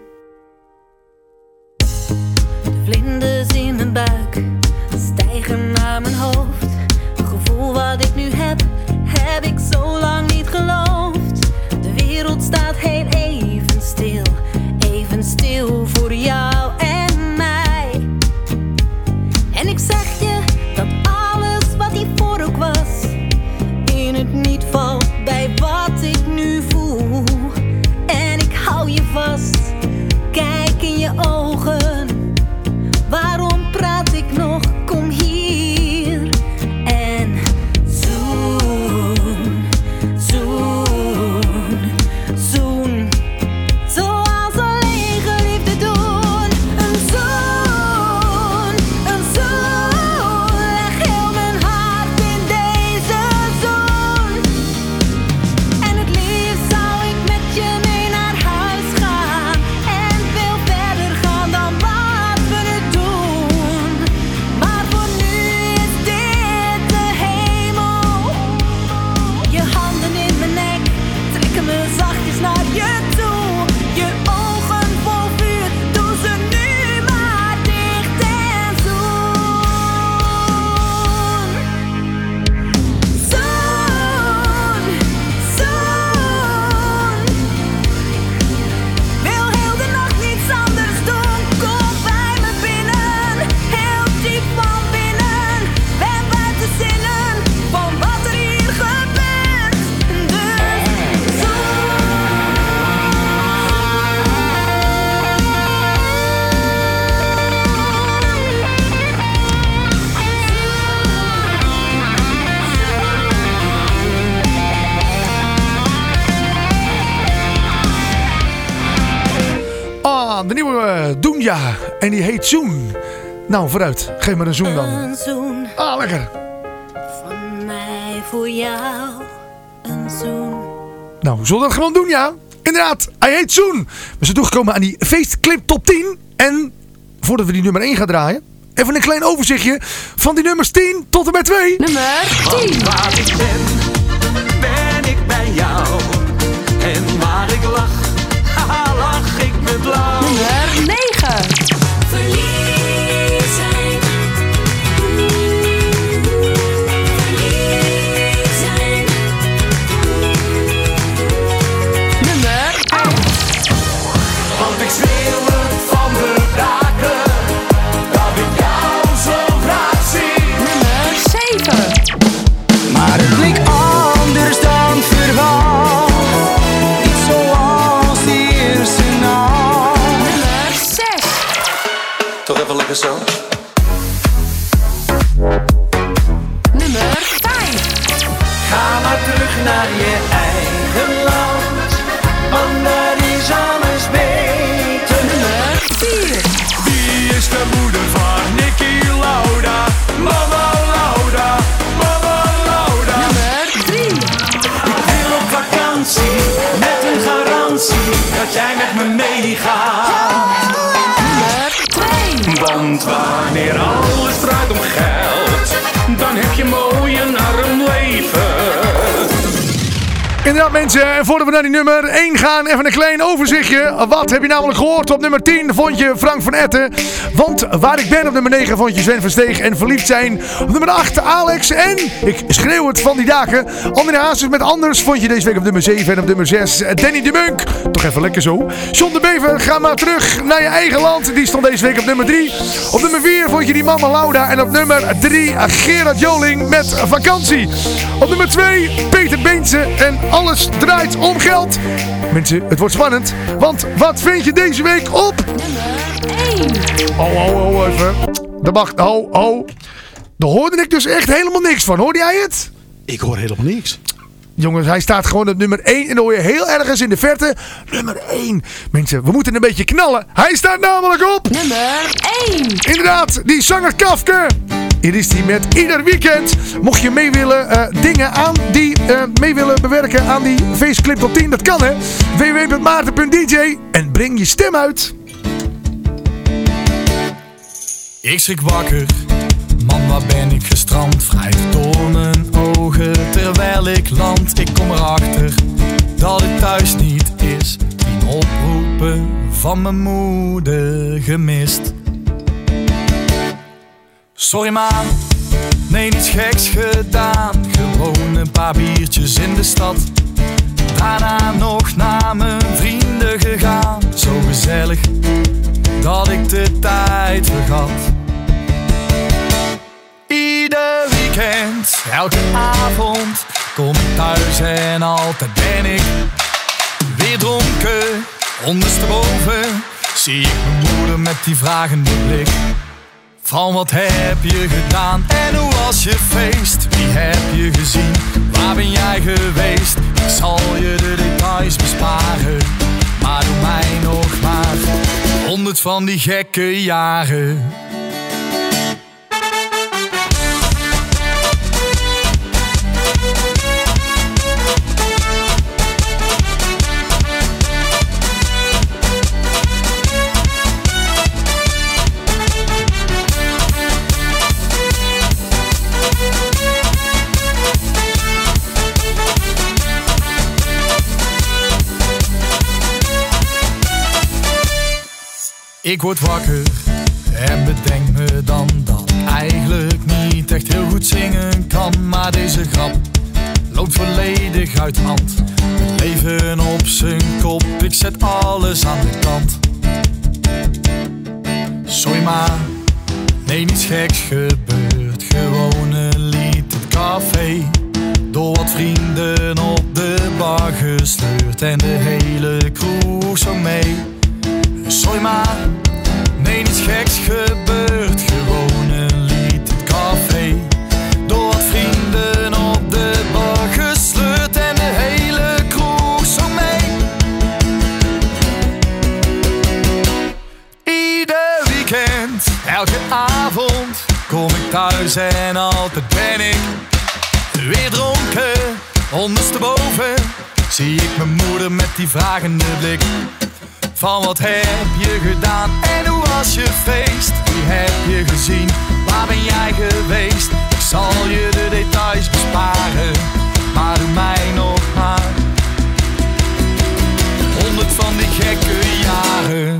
De vlinders in mijn buik stijgen naar mijn hoofd. Het gevoel wat ik nu heb, heb ik zo lang niet geloofd. De wereld staat heel even stil, even stil voor jou en mij. En ik zeg je dat alles wat hiervoor ook was, in het niet valt bij wat ik nu voel. En ik hou je vast, kijk in je ogen. Waarom praat ik nog? Kom hier en zoen, zoen, zoen. Zoals alleen geliefden doen. Een zoen, een zoen. Leg heel mijn hart in deze zoen. En het liefst zou ik met je mee naar huis gaan. En veel verder gaan dan wat we nu doen. Maar voor nu is dit de hemel. Je handen in mijn nek trekken me zachtjes naar je toe. Je ogen vol vuur, doe ze nu maar dicht en zoen. Zoen, zoen. Wil heel de nacht niets anders doen. Kom bij me binnen, heel diep van binnen. Ben buiten zinnen van wat er hier gebeurt. Dus zoen. Ah, de nieuwe uh, Doenja. En die heet Zoen. Nou, vooruit. Geef maar een zoen dan. Een zoen Ah, lekker. van mij voor jou, een zoen. Nou, zullen we dat gewoon doen, ja? Inderdaad, hij heet Zoen. We zijn toegekomen aan die feestclip top tien. En voordat we die nummer één gaan draaien, even een klein overzichtje van die nummers tien tot en met twee. Nummer tien. Waar ik ben, ben ik bij jou. En waar ik lach, haha, lach ik met blauw. Nummer negen. Verliefd zijn. Verliefd zijn. Nummer acht. Want ik schreeuw het van de daken, dat ik jou zo graag zie. Nummer zeven. Maar het bleek anders dan verwacht. Niet zoals de eerste nacht. Nummer zes. Toch even lekker zo. Nummer vijf. Ga maar terug naar je eigen land, want daar is alles beter. Nummer vier. Wie is de moeder van Nicky Lauda? Mama Lauda, mama Lauda. Nummer drie. Ik wil op vakantie met een garantie dat jij met me meegaat. Nummer twee. Want wanneer alles draait om geld, dan heb je mooi een arm leven. Inderdaad mensen, en voordat we naar die nummer één gaan, even een klein overzichtje. Wat heb je namelijk gehoord? Op nummer tien vond je Frank van Etten. Want waar ik ben op nummer negen vond je Sven Versteeg en Verliefd zijn. Op nummer acht Alex en, ik schreeuw het van die dagen, André Hazes met Anders vond je deze week op nummer zeven. En op nummer zes Danny de Munk. Toch even lekker zo. John de Bever, ga maar terug naar je eigen land. Die stond deze week op nummer drie. Op nummer vier vond je die Mama Lauda. En op nummer drie Gerard Joling met Vakantie. Op nummer twee Peter Beense en Alles draait om geld. Mensen, het wordt spannend. Want wat vind je deze week op? Nummer één. Oh, oh, oh, even. Dat mag... Oh, oh. Daar hoorde ik dus echt helemaal niks van. Hoorde jij het? Ik hoor helemaal niks. Jongens, hij staat gewoon op nummer één. En dan hoor je heel ergens in de verte. Nummer één. Mensen, we moeten een beetje knallen. Hij staat namelijk op... Nummer één. Inderdaad, die zanger Kafke. Hier is hij met Ieder Weekend. Mocht je mee willen uh, dingen aan die... Uh, mee willen bewerken aan die feestclip tot tien. Dat kan, hè. w w w punt maarten punt d j. En breng je stem uit. Ik schrik wakker. Man, waar ben ik gestrand? Wrijft door mijn ogen terwijl ik land. Ik kom erachter dat het thuis niet is. Tien oproepen van mijn moeder gemist. Sorry ma, nee niets geks gedaan. Gewoon een paar biertjes in de stad. Daarna nog naar mijn vrienden gegaan. Zo gezellig dat ik de tijd vergat. Ieder weekend, elke avond kom ik thuis en altijd ben ik weer dronken. Ondersteboven zie ik mijn moeder met die vragende blik. Van wat heb je gedaan en hoe was je feest? Wie heb je gezien? Waar ben jij geweest? Ik zal je de details besparen, maar doe mij nog maar honderd van die gekke jaren. Ik word wakker en bedenk me dan dat ik eigenlijk niet echt heel goed zingen kan. Maar deze grap loopt volledig uit hand. Mijn leven op zijn kop, ik zet alles aan de kant. Sorry maar, nee niets geks gebeurd. Gewoon een lied in het café. Door wat vrienden op de bar gesleurd. En de hele kroeg zo mee. Sorry maar, nee niets geks gebeurd. Gewoon een lied in het café. Door wat vrienden op de bar gesleurd. En de hele kroeg zo mee. Ieder weekend, elke avond kom ik thuis en altijd ben ik weer dronken. Ondersteboven zie ik mijn moeder met die vragende blik. Van wat heb je gedaan en hoe was je feest? Wie heb je gezien? Waar ben jij geweest? Ik zal je de details besparen, maar doe mij nog maar honderd van die gekke jaren.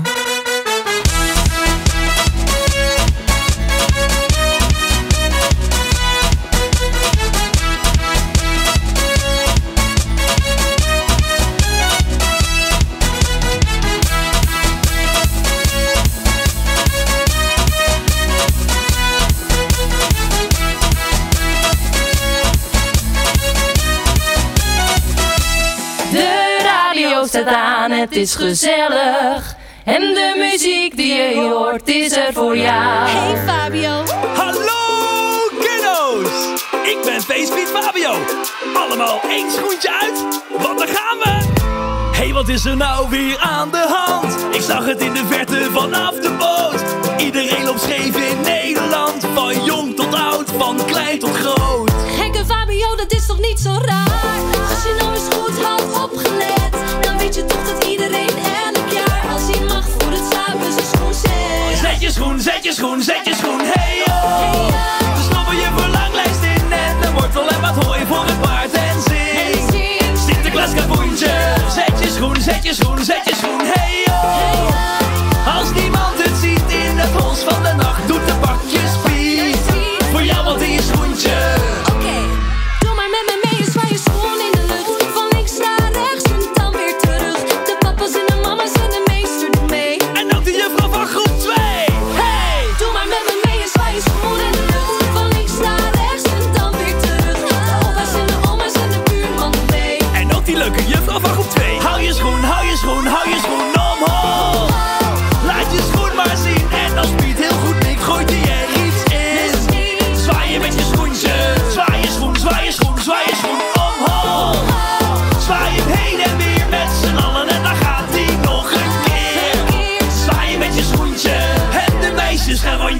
Staat aan, het is gezellig. En de muziek die je hoort is er voor jou. Hey Fabio. Hallo kiddo's. Ik ben Feestpiet Fabio. Allemaal één schoentje uit, want daar gaan we. Hey, wat is er nou weer aan de hand? Ik zag het in de verte vanaf de boot. Iedereen loopt scheef in Nederland. Van jong tot oud, van klein tot groot. Gekke Fabio, dat is toch niet zo raar? Als je nou eens goed had opgelet, dan weet je toch dat iedereen elk jaar, als hij mag voor het zuipen, zijn schoen zet. Zet je schoen, zet je schoen, zet je schoen, hey yo. Hey, yo. We stoppen je verlanglijst in en een wortel en wat hooi voor het paard en zing. Hey, Sinterklaas kapoentje, zet je schoen, zet je schoen, zet je schoen, hey yo. Hey, yo. Als niemand het ziet in het hos van de nacht, doet de bakjes piep. Voor jou wat in je schoentje. Oké, doe maar met me mee, dus zwaai je schoen in de lucht. Van links naar rechts en dan weer terug. De papa's en de mama's en de meester doen mee. En ook de juffrouw van groep twee. Hey! Doe maar met me mee en zwaai je schoen in de lucht. Van links naar rechts en dan weer terug. De opa's en de oma's en de buurman doen mee. En ook die leuke juffrouw van groep twee. Hou je schoen, hou je schoen.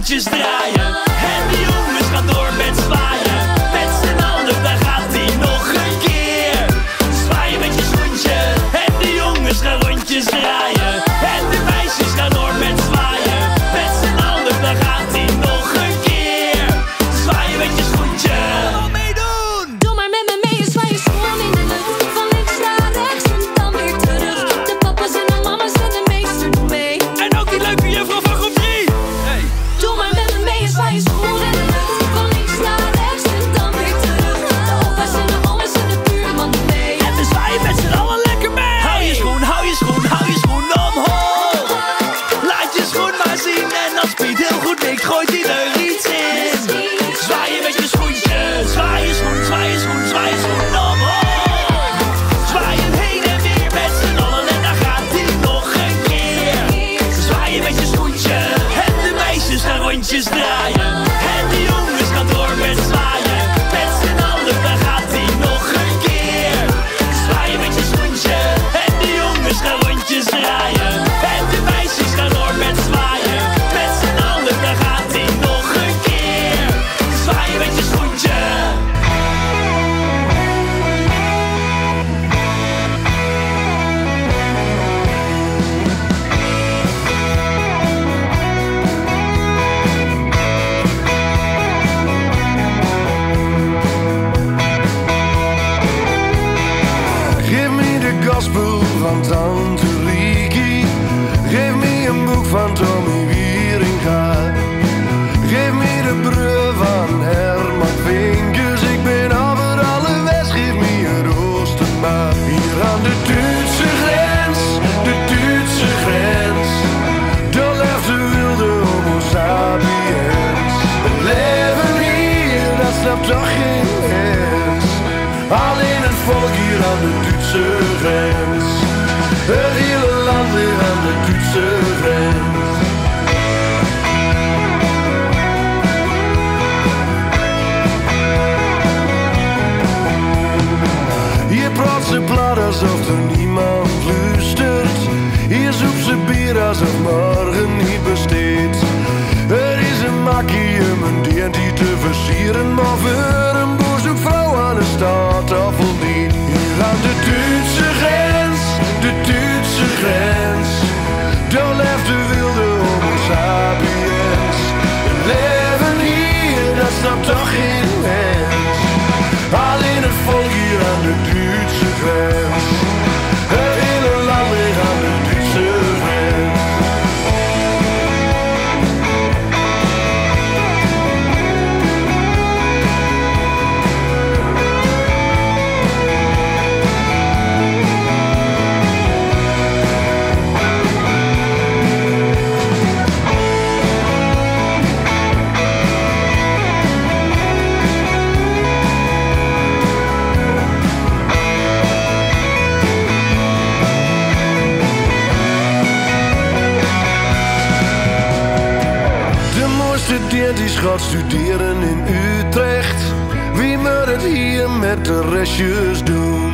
rondjes draaien. En de jongens gaan door met zwaaien. Met z'n allen, daar gaat hij nog een keer. Zwaaien met je schoentje. En de jongens gaan rondjes draaien. En de meisjes gaan door met zwaaien. Met z'n allen, daar gaat hij nog een keer. Zwaaien met je schoentje. Allemaal meedoen! Doe maar met me mee en zwaai je schoen in de lucht. Van links naar rechts en dan weer terug. De papa's en de mama's en de meester doen mee. En ook die leuke juffrouw van groep drie. Hey. Doe maar met me mee en zwaai je schoen in de lucht. Van links naar rechts en dan weer terug. De opa's en de oma's en de buurman doen mee. En we zwaaien met z'n allen lekker mee. Hou je schoen, hou je schoen, hou je schoen omhoog. Laat je schoen maar zien. En als Piet heel goed nikt, gooit hij er iets in. Zwaaien met je schoentje. Zwaai je schoen, zwaai je schoen, zwaai je schoen omhoog. Zwaaien heen en weer met z'n allen. En daar gaat hij nog een keer. Zwaaien met je schoentje. En de meisjes gaan rondjes draaien. En de jongens gaan door met zwaaien. Met z'n allen, daar gaat hij nog een keer. Zwaaien met je schoentje. En de jongens gaan rondjes draaien. En de meisjes gaan door met zwaaien. Met z'n allen, daar gaat hij nog een keer. Zwaaien met je schoentje. Geef me de gospel van Tante Riki. Geef me een boek van Tommy Wieringa. Geef me de brug van Herman Vinkers. Ik ben over alle west. Geef me een Oostermaar. Hier aan de Duitse grens, de Duitse grens. Daar leeft de wilde homo sapiens. Het leven hier, dat snapt toch geen mens. Alleen het volk hier aan de Duitse grens. Het hele land weer aan de Duitse grens. Hier praat ze plat alsof er niemand luistert. Hier zoekt ze bier alsof morgen niet besteedt. Er is een makkie om een D en D te versieren. Maar voor een boerzoekvrouw aan de staattafel niet. Hier aan de Duitse grens, de Duitse grens. Daar leeft de wilde homo sapiens. Het leven hier, dat snapt toch geen mens. Alleen het volk hier aan de Duitse grens. Het hele land ligt aan de Duitse grens. Die gaat studeren in Utrecht. Wie moet het hier met de restjes doen?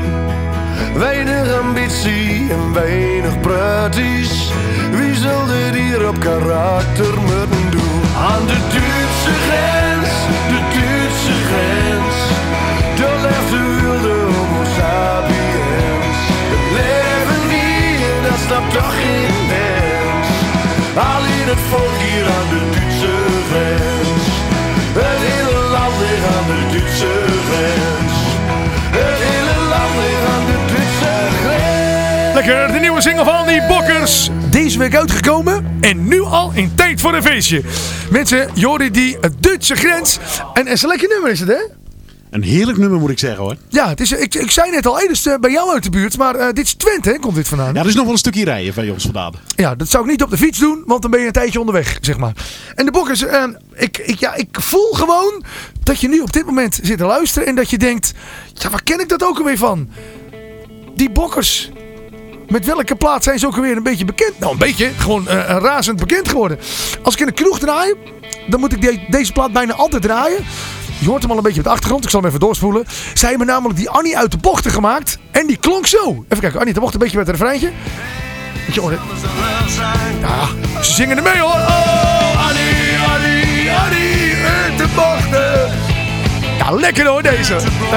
Weinig ambitie en weinig praktisch. Wie zal dit hier op karakter moeten doen? Aan de Duitse grens, de Duitse grens. Daar leeft de wilde homo sapiens. Het leven hier, dat snapt toch geen mens. Alleen het volk hier aan de Duitse grens. Het hele land ligt aan de Duitse grens. Het hele land ligt aan de Duitse grens. Lekker, de nieuwe single van die Bokkers. Deze week uitgekomen en nu al in tijd voor een feestje. Mensen, Jordi die Duitse grens. En een lekker nummer is het, hè? Een heerlijk nummer moet ik zeggen, hoor. Ja, het is, ik, ik zei net al, hey, dus, uh, bij jou uit de buurt. Maar uh, dit is Twente, hè? Komt dit vandaan? Ja, er is nog wel een stukje rijden bij ons vandaan. Ja, dat zou ik niet op de fiets doen, want dan ben je een tijdje onderweg, zeg maar. En de Bokkers, uh, ik, ik, ja, ik voel gewoon dat je nu op dit moment zit te luisteren en dat je denkt, ja, waar ken ik dat ook alweer van? Die Bokkers, met welke plaat zijn ze ook alweer een beetje bekend? Nou, een beetje, gewoon uh, razend bekend geworden. Als ik in een kroeg draai, dan moet ik de, deze plaat bijna altijd draaien. Je hoort hem al een beetje op de achtergrond. Ik zal hem even doorspoelen. Zij hebben namelijk die Annie uit de bochten gemaakt. En die klonk zo. Even kijken. Annie uit de bocht, een beetje met het refreintje. Moet je horen. Ja, ze zingen er mee, hoor. Oh, Annie, Annie. Lekker hoor, deze. Huh?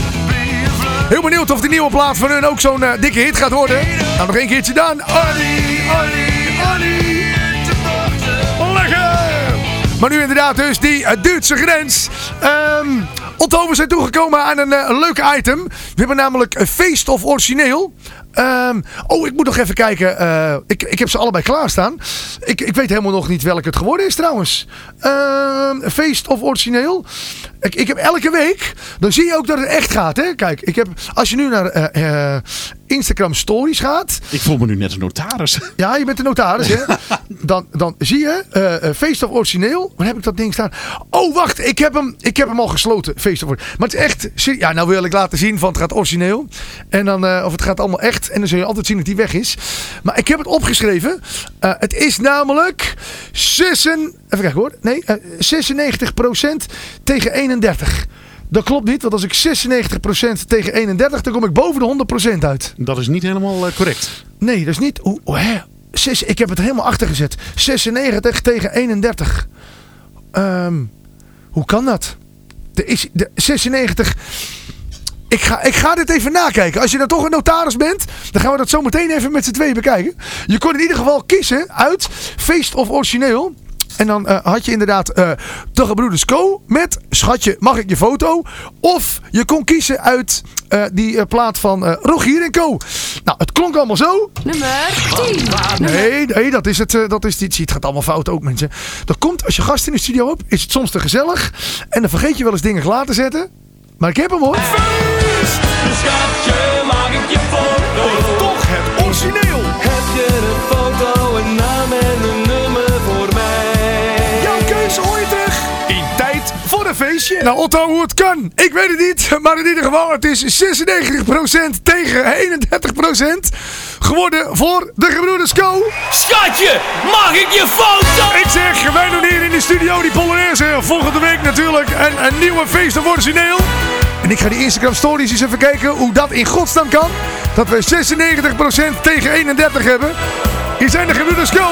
Heel benieuwd of die nieuwe plaat van hun ook zo'n uh, dikke hit gaat worden. Nou, nog één keertje dan. Ollie, ollie, ollie. Lekker. Maar nu inderdaad dus die uh, Duitse grens. Um, Otto, we zijn toegekomen aan een uh, leuk item. We hebben namelijk een feest of origineel. Um, oh, ik moet nog even kijken. Uh, ik, ik heb ze allebei klaarstaan. Ik, ik weet helemaal nog niet welk het geworden is trouwens. Um, feest of origineel. Ik, ik heb elke week. Dan zie je ook dat het echt gaat. Hè? Kijk, ik heb, als je nu naar uh, uh, Instagram stories gaat. Ik voel me nu net een notaris. Ja, je bent een notaris. Hè? Dan, dan zie je uh, uh, feest of origineel. Waar heb ik dat ding staan? Oh, wacht. Ik heb hem, ik heb hem al gesloten. Feest of origineel. Maar het is echt. Ja, nou wil ik laten zien van het gaat origineel. En dan, uh, of het gaat allemaal echt. En dan zul je altijd zien dat die weg is. Maar ik heb het opgeschreven. Uh, het is namelijk zessen, even kijken hoor. Nee, uh, zesennegentig procent tegen eenendertig. Dat klopt niet, want als ik zesennegentig procent tegen eenendertig, dan kom ik boven de honderd procent uit. Dat is niet helemaal uh, correct. Nee, dat is niet. Oh, oh, hè? Zes, ik heb het helemaal achtergezet. zesennegentig tegen eenendertig. Um, hoe kan dat? Er is de zesennegentig. Ik ga, ik ga dit even nakijken. Als je dan toch een notaris bent, dan gaan we dat zo meteen even met z'n tweeën bekijken. Je kon in ieder geval kiezen uit feest of origineel. En dan uh, had je inderdaad uh, De Gebroeders Co. met Schatje, mag ik je foto? Of je kon kiezen uit uh, die uh, plaat van uh, Rogier en Co. Nou, het klonk allemaal zo. Nummer tien. Nee, nee, dat is het. Uh, dat is die, het gaat allemaal fout ook, mensen. Dat komt, als je gast in de studio hebt, is het soms te gezellig. En dan vergeet je wel eens dingen klaar te zetten. Maar ik heb hem hoor. Feest! Schatje, mag ik je foto? Toch het origineel. Heb je een foto, een naam en een nummer voor mij? Jouw keuze hoor je terug in tijd voor een feestje. Nou Otto, hoe het kan, ik weet het niet. Maar in ieder geval, het is zesennegentig procent tegen eenendertig procent geworden voor De Gebroeders Co. Schatje, mag ik je foto? Ik zeg, wij doen hier in de studio die Polonaise. Volgende week natuurlijk een, een nieuwe feest of origineel. En ik ga die Instagram stories eens even kijken hoe dat in godsnaam kan. Dat we zesennegentig procent tegen eenendertig hebben. Hier zijn De Gebroeders Co.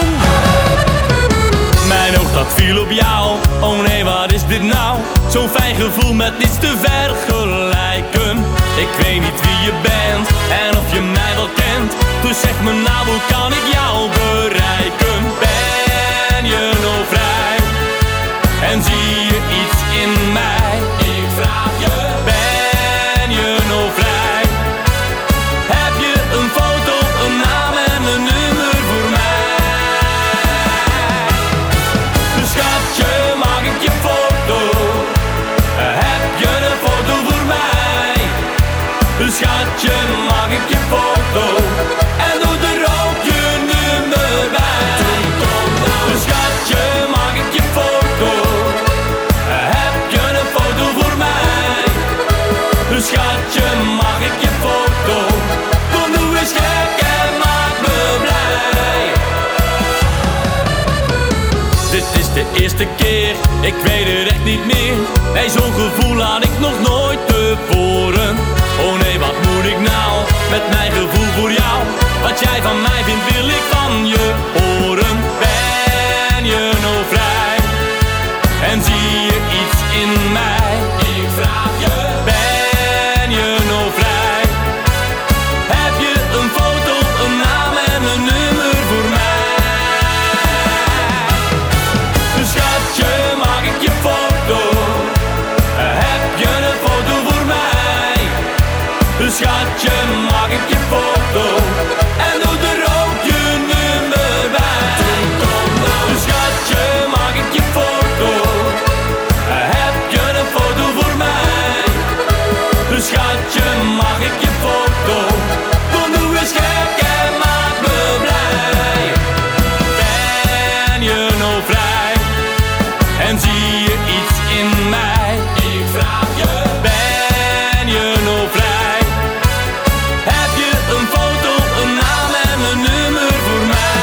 Mijn oog dat viel op jou. Oh nee, wat is dit nou? Zo'n fijn gevoel met niets te vergelijken. Ik weet niet wie je bent en of je mij wel kent. Dus zeg me nou, hoe kan ik jou bereiken? Ben je nog vrij? En zie je iets in mij? Ik vraag je, ben je nog vrij? Heb je een foto, een naam en een nummer voor mij? Dus schatje, mag ik je foto? Heb je een foto voor mij? Dus schatje, mag ik je foto? En doe er ook je nummer bij. Dus schatje, mag ik je foto? Heb je een foto voor mij? Dus schatje, mag ik je foto? Kom doe eens gek en maak me blij. Dit is de eerste keer, ik weet het echt niet meer. Nee, zo'n gevoel had ik nog nooit tevoren. Oh nee, wat moet ik nou met mijn gevoel voor jou? Wat jij van mij vindt wil ik van je horen. Ben je nog vrij? En zie je iets in mij? Ik vraag je, ben je nog vrij? Heb je een foto, een naam en een nummer voor mij? Dus schatje, mag ik je foto? Heb je een foto voor mij? Dus schatje, mag ik je foto? En doe er ook je nummer bij. Dus schatje, mag ik je foto? Heb je een foto voor mij? Dus schatje, mag ik je foto? Kom doe eens gek en maak me blij. Ben je nog vrij? En zie je iets in mij? Ik vraag je, ben je nog vrij? Heb je een foto, een naam en een nummer voor mij?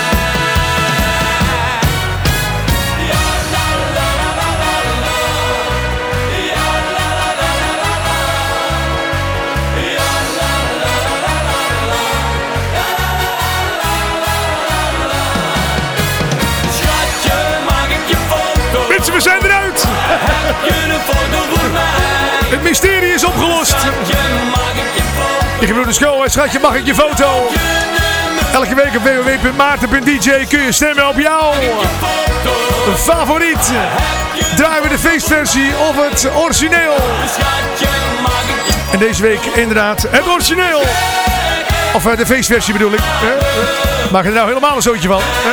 Ja, la la la la la la. Ja, la la la la la la. Ja, la la la la la la. Ja, la la la la la la. Schatje, mag ik je foto? Mensen, we zijn eruit. Heb je een foto voor mij? Het Gebroeders Co. En schatje, mag ik je foto? Elke week op w w w punt maarten punt d j kun je stemmen op jouw favoriet. Draaien we de feestversie of het origineel? En deze week inderdaad het origineel. Of uh, de feestversie bedoel ik. Uh, maak er nou helemaal een zootje van. Uh.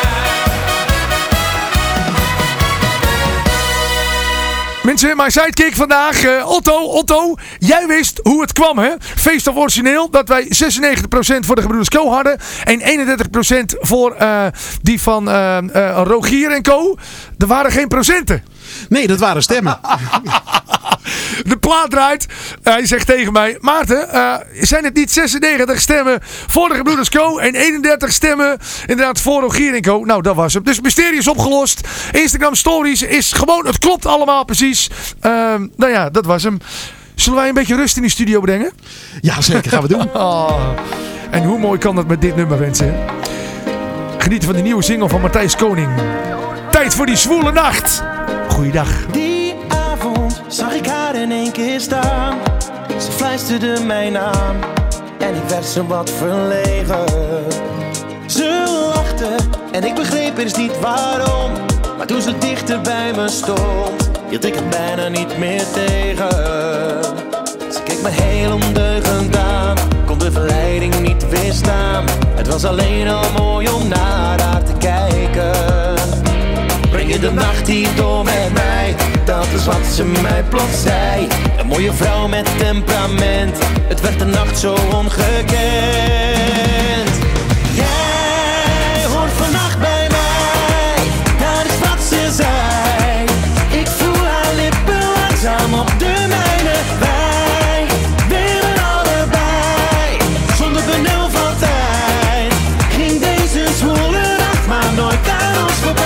Mensen, mijn sidekick vandaag, uh, Otto, Otto, jij wist hoe het kwam, hè? Feest of origineel, dat wij zesennegentig procent voor de Gebroeders Co hadden en eenendertig procent voor uh, die van uh, uh, Rogier en Co. Er waren geen procenten. Nee, dat waren stemmen. De plaat draait. Uh, hij zegt tegen mij, Maarten, uh, zijn het niet zesennegentig stemmen voor de Gebroeders Co en eenendertig stemmen inderdaad voor Rogier en Co? Nou, dat was het. Dus mysterie is opgelost. Instagram stories is gewoon, het klopt allemaal precies. Uh, nou ja, dat was hem. Zullen wij een beetje rust in die studio brengen? Ja, zeker. Gaan we doen. Oh. En hoe mooi kan dat met dit nummer, mensen? Genieten van die nieuwe single van Matthijs Koning. Tijd voor die zwoele nacht. Goeiedag. Die avond zag ik haar in één keer staan. Ze fluisterde mijn naam en ik werd zo wat verlegen. Ze lachte en ik begreep eerst niet waarom. Maar toen ze dichter bij me stond, hield ik het bijna niet meer tegen. Ze keek me heel ondeugend aan, kon de verleiding niet weerstaan. Het was alleen al mooi om naar haar te kijken. Breng je de nacht hier door met mij, dat is wat ze mij plots zei. Een mooie vrouw met temperament, het werd de nacht zo ongekend. Jij hoort vannacht bij mij, dat is wat ze zei. Ik voel haar lippen langzaam op de mijne. Wij willen allebei, zonder benul van tijd. Ging deze zwoele nacht maar nooit aan ons voorbij.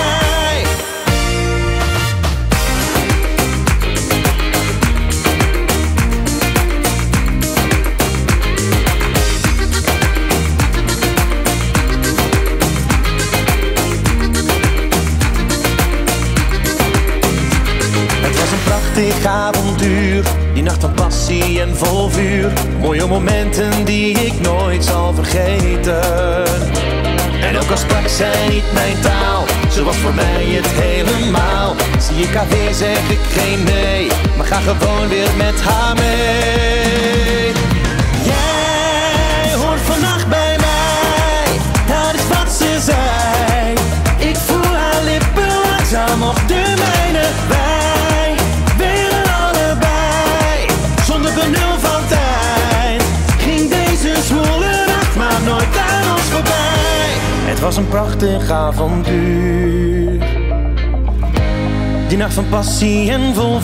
Prachtig avontuur, die nacht van passie en vol vuur. Mooie momenten die ik nooit zal vergeten. En ook al sprak zij niet mijn taal, ze was voor mij het helemaal. Zie ik haar weer, zeg ik geen nee, maar ga gewoon weer met haar mee. Jij hoort vannacht bij mij, dat is wat ze zei. Ik voel haar lippen langzaam op de mijne. Wij willen allebei, zonder benul van tijd. Ging deze zwoele nacht maar nooit aan ons voorbij. Het was een prachtig avontuur, die nacht van passie en vol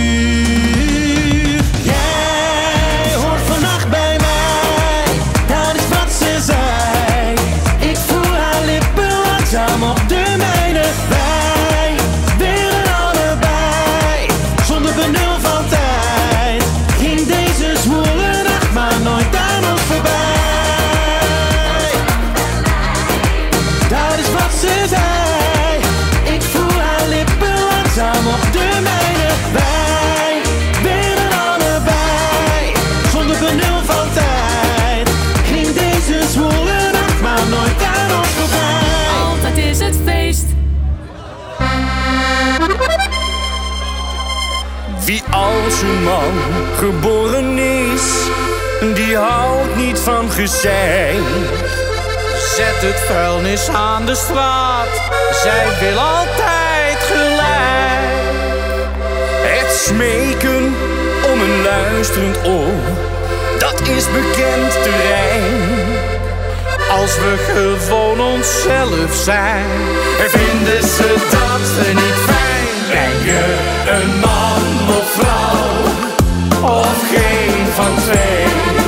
vuur. Jij hoort vannacht bij mij, dat is wat ze zei. Ik voel haar lippen langzaam op de mijne. Wij willen allebei, zonder benul van tijd. Ging deze zwoele nacht maar nooit aan ons voorbij. Dat is wat ze zei. Ik voel haar lippen langzaam op de mijne. Wij willen allebei, zonder benul van tijd. Ging deze zwoele nacht maar nooit aan ons voorbij. Altijd is het feest. Wie als een man geboren is, die houdt niet van gezeik. Zet het vuilnis aan de straat, zij wil altijd gelijk. Het smeken om een luisterend oor, dat is bekend terrein. Als we gewoon onszelf zijn, vinden ze dat niet fijn. Ben je een man of vrouw, of geen van twee?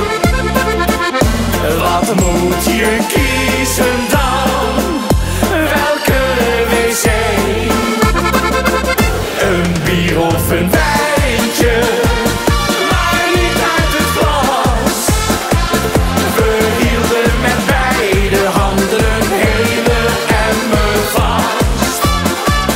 Wat moet je kiezen dan? Welke wc? Een bier of een wijntje, maar niet uit het glas. We hielden met beide handen een hele emmer vast.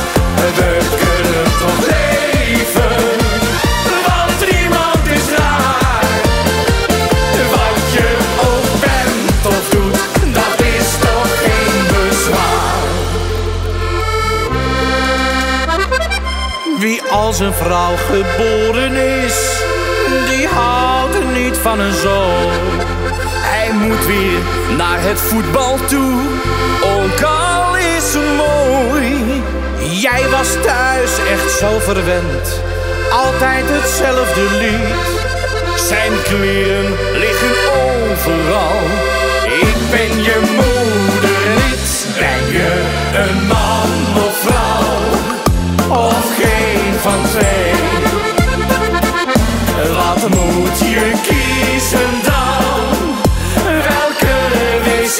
Wie als een vrouw geboren is, die houdt er niet van een zoon. Hij moet weer naar het voetbal toe, ook al is ze mooi. Jij was thuis echt zo verwend, altijd hetzelfde lied. Zijn kleren liggen overal. Ik ben je moeder niet. Ben je een man of vrouw, of geen van twee? Wat moet je kiezen dan? Welke wc?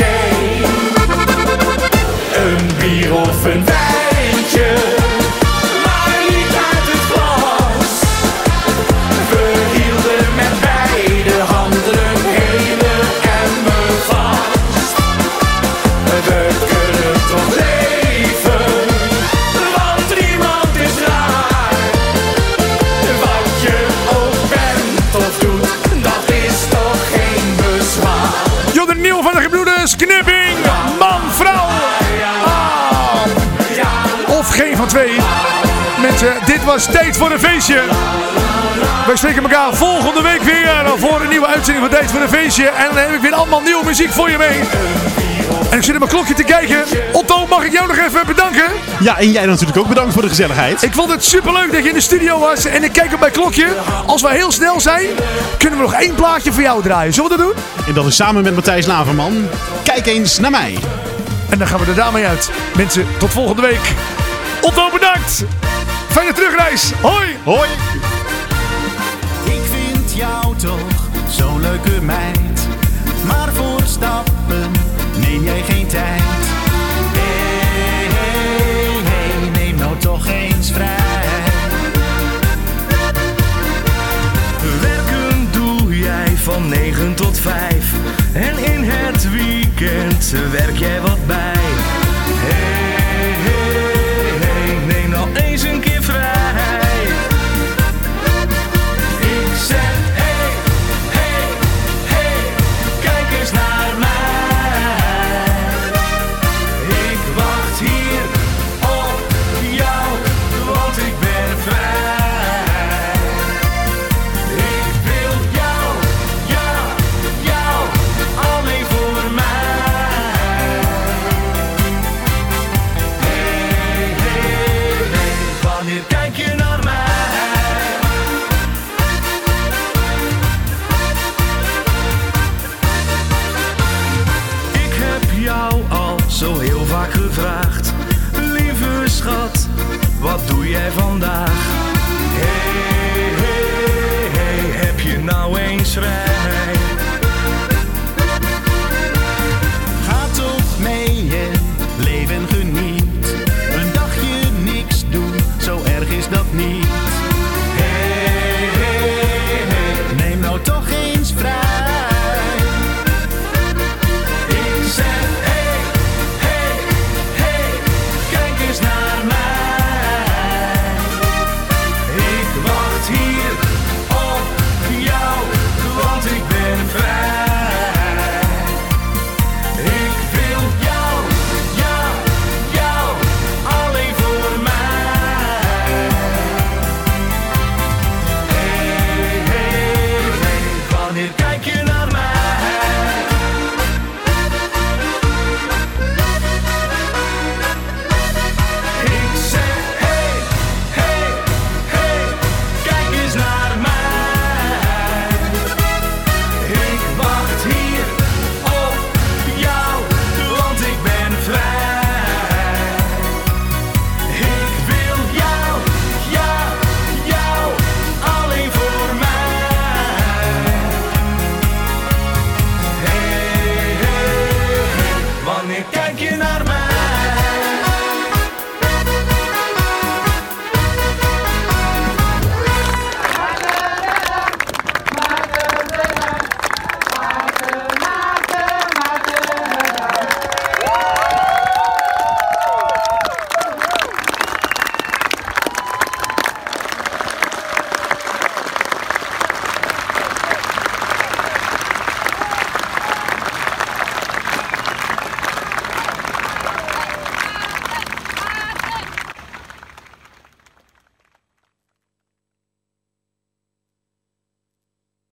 Een bier of een wijntje, maar niet uit het glas. We hielden met beide handen hele emmer vast. We kunnen toch leven, want niemand is raar. Wat je ook bent of doet, dat is toch geen bezwaar. Jo, de nieuw van de gebroeders, knipping, man, vrouw. Ah. Of geen van twee. Mensen, dit was tijd voor een feestje. Wij spreken elkaar volgende week weer voor een nieuwe uitzending van Tijd voor een Feestje. En dan heb ik weer allemaal nieuwe muziek voor je mee. En ik zit op mijn klokje te kijken. Otto, mag ik jou nog even bedanken? Ja, en jij natuurlijk ook bedankt voor de gezelligheid. Ik vond het superleuk dat je in de studio was. En ik kijk op mijn klokje. Als we heel snel zijn, kunnen we nog één plaatje voor jou draaien. Zullen we dat doen? En dat is samen met Matthijs Laverman. Kijk eens naar mij. En dan gaan we er daarmee uit. Mensen, tot volgende week. Otto, bedankt. Fijne terugreis. Hoi. Hoi. Ik vind jou toch zo'n leuke meid, maar voor stappen neem jij geen tijd. Hey, hey, hey, neem nou toch eens vrij. Werken doe jij van negen tot vijf en in het weekend werk jij wat bij. Hey, hey, hey, neem nou eens een keer vrij. Ik zeg hey, hey, hey, kijk eens naar mij. Ik wacht hier op jou, want ik ben vrij. Ik wil jou, ja, jou, alleen voor mij. Hey, hey, hey, wanneer kijk je naar mij? Ik heb jou al zo heel vaak gevraagd, lieve schat, wat doe jij vandaag? Hey, hey, hey, heb je nou eens vrij?